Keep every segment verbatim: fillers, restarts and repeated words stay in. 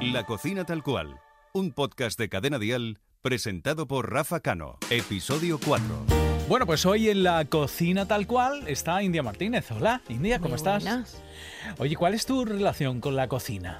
La cocina tal cual, un podcast de Cadena Dial presentado por Rafa Cano, episodio cuatro. Bueno, pues hoy en La cocina tal cual está India Martínez. Hola, India, ¿cómo Muy estás? Buenas. Oye, ¿cuál es tu relación con la cocina?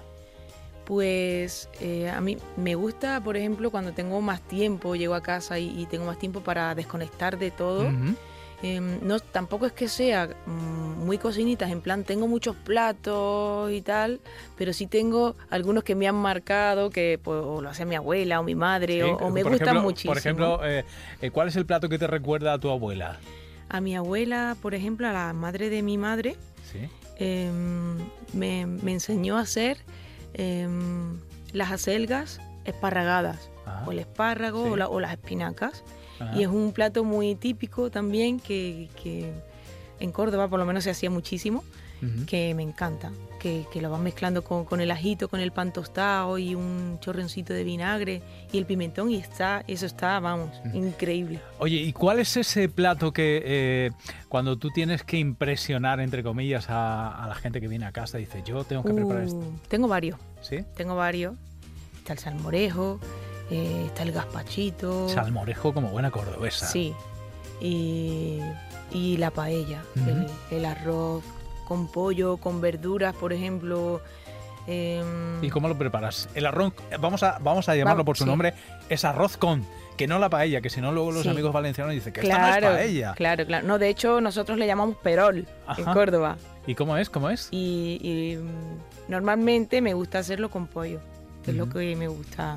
Pues eh, a mí me gusta, por ejemplo, cuando tengo más tiempo, llego a casa y, y tengo más tiempo para desconectar de todo. Uh-huh. Eh, no, tampoco es que sea mm, muy cocinitas, en plan tengo muchos platos y tal, pero sí tengo algunos que me han marcado, que pues, o lo hace mi abuela o mi madre, Sí, o, o me por gustan ejemplo, muchísimo. Por ejemplo, eh, eh, ¿cuál es el plato que te recuerda a tu abuela? A mi abuela, por ejemplo, a la madre de mi madre, Sí. eh, me, me enseñó a hacer eh, las acelgas esparragadas, Ah, o el espárrago sí. o, la- o las espinacas. Ajá. Y es un plato muy típico también que, que en Córdoba por lo menos se hacía muchísimo, Uh-huh. que me encanta, que, que lo van mezclando con, con el ajito, con el pan tostado y un chorroncito de vinagre y el pimentón y está, eso está, vamos, Uh-huh. increíble. Oye, ¿y cuál es ese plato que eh, cuando tú tienes que impresionar, entre comillas, a, a la gente que viene a casa, dices, yo tengo que preparar esto? Uh, tengo varios, ¿Sí? tengo varios. Está el salmorejo, eh, está el gazpachito. Salmorejo como buena cordobesa. Sí, y, y la paella, Ujú. el, el arroz con pollo, con verduras, por ejemplo. em, ¿Y cómo lo preparas? El arroz, vamos a, vamos a llamarlo Vamos, por su sí. nombre, es arroz con, que no la paella, que si no luego los Sí. amigos valencianos dicen que claro, esta no es paella. Claro, claro. No, de hecho, nosotros le llamamos perol Ajá. en Córdoba. ¿Y cómo es? ¿Cómo es? Y, y, mm, normalmente me gusta hacerlo con pollo, que es lo Ujú. que me gusta.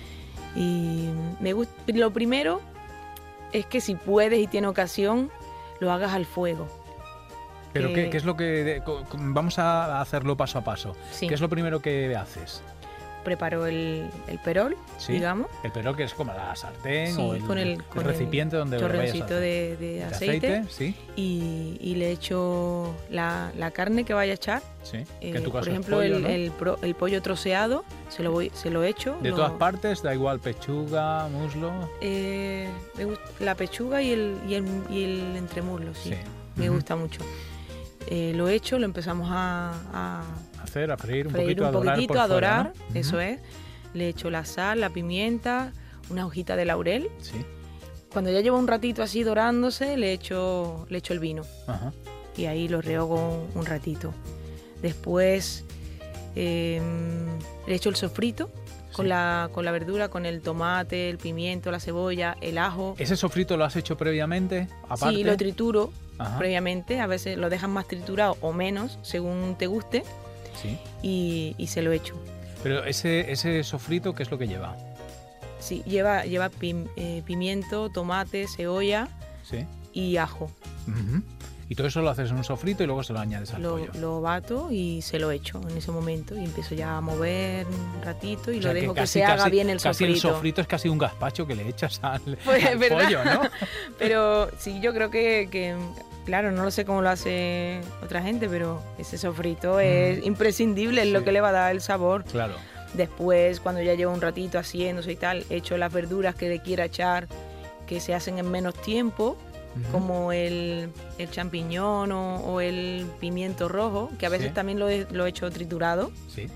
Y me gusta, lo primero es que si puedes y tienes ocasión, lo hagas al fuego. ¿Pero que- qué, qué es lo que...? de- co- co- vamos a hacerlo paso a paso. Sí. ¿Qué es lo primero que haces? Preparo el, el perol, Sí. digamos. El perol, que es como la sartén Sí, o el, con el, el con recipiente donde lo vayas a chorroncito hacer. de, de ¿De aceite, sí, y, y le echo la, la carne que vaya a echar. sí. Eh, que en tu caso por es ejemplo, pollo, el, ¿no? el, pro- el pollo troceado, se lo voy, se lo echo. De lo- todas partes, da igual pechuga, muslo... eh, me gusta la pechuga y el, y el, y el entremuslo, sí. Sí. Me Ujú. gusta mucho. Eh, lo echo, lo empezamos a, a Hacer, a freír un freír poquito, un a dorar poquitito, por a fuera, dorar, ¿no? eso Ujú. es. Le echo la sal, la pimienta, una hojita de laurel. Sí. Cuando ya lleva un ratito así dorándose, le echo, le echo el vino Ajá. y ahí lo rehogo un ratito. Después eh, le echo el sofrito con, Sí. la, con la verdura, con el tomate, el pimiento, la cebolla, el ajo. ¿Ese sofrito lo has hecho previamente? Aparte. Sí, lo trituro Ajá. previamente, a veces lo dejan más triturado o menos, según te guste, Sí. y, y se lo echo. Pero ese, ese sofrito, ¿qué es lo que lleva? Sí, lleva, lleva pim- eh, pimiento, tomate, cebolla Sí. y ajo. Ujú. Y todo eso lo haces en un sofrito y luego se lo añades al Lo, pollo. lo bato y se lo echo en ese momento y empiezo ya a mover un ratito y O sea, lo dejo que, casi- se haga casi- bien el Casi sofrito. el sofrito es casi un gazpacho que le echas al, Pues, al ¿verdad? pollo, ¿no? Pero sí, yo creo que, que, claro, no lo sé cómo lo hace otra gente, pero ese sofrito es imprescindible, es Sí. lo que le va a dar el sabor. Claro. Después, cuando ya llevo un ratito haciéndose y tal, echo las verduras que le quiera echar, que se hacen en menos tiempo, Ujú. como el, el champiñón o, o el pimiento rojo, que a veces Sí. también lo he, lo he hecho triturado, Sí.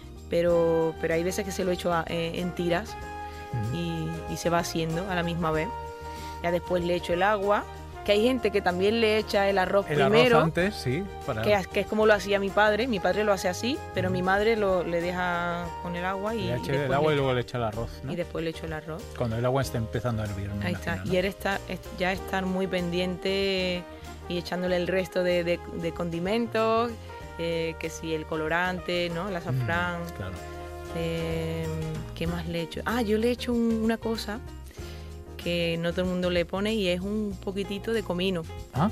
pero, pero hay veces que se lo echo a- eh, en tiras Ujú. y, y se va haciendo a la misma vez. Ya después le echo el agua, que hay gente que también le echa el arroz El primero, arroz antes, sí. Para... que, es- que es como lo hacía mi padre. Mi padre lo hace así, pero mi madre lo, le deja con el agua y, Le y eche después el agua le y echo- luego le echa el arroz, ¿no? y después le echo el arroz. Cuando el agua esté empezando a hervir, me Ahí imagino, está. ¿no? Y él está, es- ya estar muy pendiente y echándole el resto de, de- de condimentos, eh, que si el colorante, ¿no? El azafrán. Mm, claro. Eh, ¿Qué más le echo? Ah, yo le echo un- una cosa que no todo el mundo le pone y es un poquitito de comino. Ah,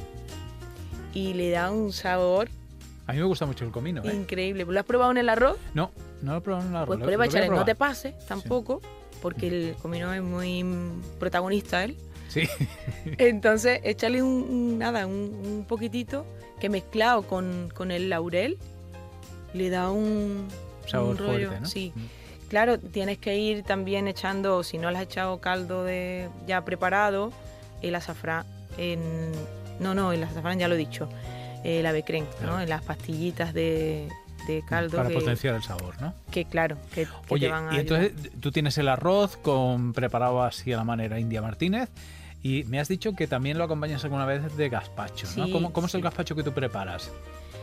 Y le da un sabor a mí me gusta mucho el comino, ¿eh? increíble. ¿Lo has probado en el arroz? No, no lo he probado en el arroz. Pues lo- prueba lo voy a echarle, no te probar. pases tampoco, porque el comino es muy protagonista él. Sí. Entonces, échale un, un- nada, un, un poquitito que mezclado con, con el laurel le da un Sabor un rollo, fuerte, ¿no? Sí. Mm. Claro, tienes que ir también echando, si no le has echado caldo de ya preparado, el azafrán. En, no, no, el azafrán ya lo he dicho. El ave creme, ¿no? Claro. En las pastillitas de, de caldo. Para que, potenciar el sabor, ¿no? Que claro, que, que Oye, te van a y ayudar. entonces tú tienes el arroz con preparado así a la manera India Martínez y me has dicho que también lo acompañas alguna vez de gazpacho, ¿no? Sí, ¿Cómo, cómo es sí. el gazpacho que tú preparas?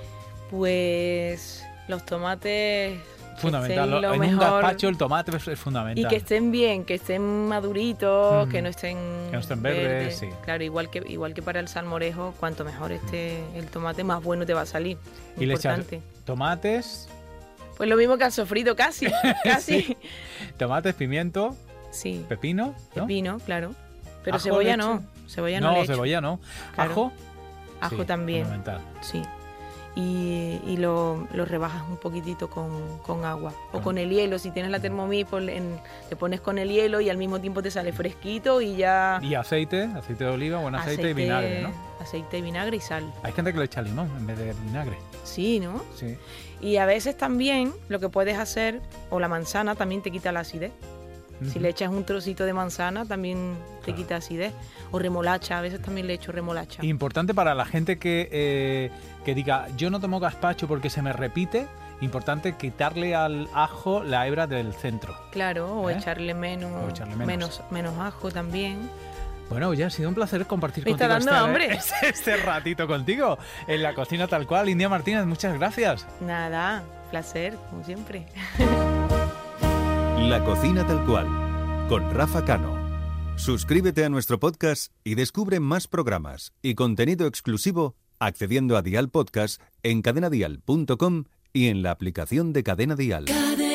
Pues los tomates... Fundamental. Lo En mejor, un gazpacho el tomate es, es fundamental. y que estén bien, que estén maduritos, Mm. que no estén Que no estén verdes, sí. Claro, igual que igual que para el salmorejo, cuanto mejor esté el tomate, más bueno te va a salir. Y le echas Importante. tomates, Pues lo mismo que al sofrito, casi, casi. tomates, pimiento, Sí, pepino, ¿no? pepino, claro. Pero Ajo, cebolla leche. no, cebolla no, No, le echo. cebolla no. Claro. Ajo. Ajo Sí, también, fundamental. sí. Y, y lo, lo rebajas un poquitito con, con agua o Ah. con el hielo. Si tienes la Thermomix, pues en- te pones con el hielo y al mismo tiempo te sale fresquito y ya... Y aceite, aceite de oliva, buen aceite, y vinagre, ¿no? Aceite, vinagre y sal. Hay gente que le echa limón en vez de vinagre. Sí, ¿no? Sí. Y a veces también lo que puedes hacer, o la manzana también te quita la acidez. Si Ujú. le echas un trocito de manzana también te Claro. quita acidez. O remolacha, a veces también le echo remolacha. Importante para la gente que, eh, que diga, yo no tomo gazpacho porque se me repite, importante quitarle al ajo la hebra del centro. Claro, o ¿Eh? echarle menos, O echarle menos. menos, menos ajo también. Bueno, ya ha sido un placer compartir Me está contigo dando este, hambre. este, este ratito contigo en la cocina tal cual. India Martínez, muchas gracias. Nada, placer, como siempre. La cocina tal cual, con Rafa Cano. Suscríbete a nuestro podcast y descubre más programas y contenido exclusivo accediendo a Dial Podcast en cadena dial punto com y en la aplicación de Cadena Dial. Cadena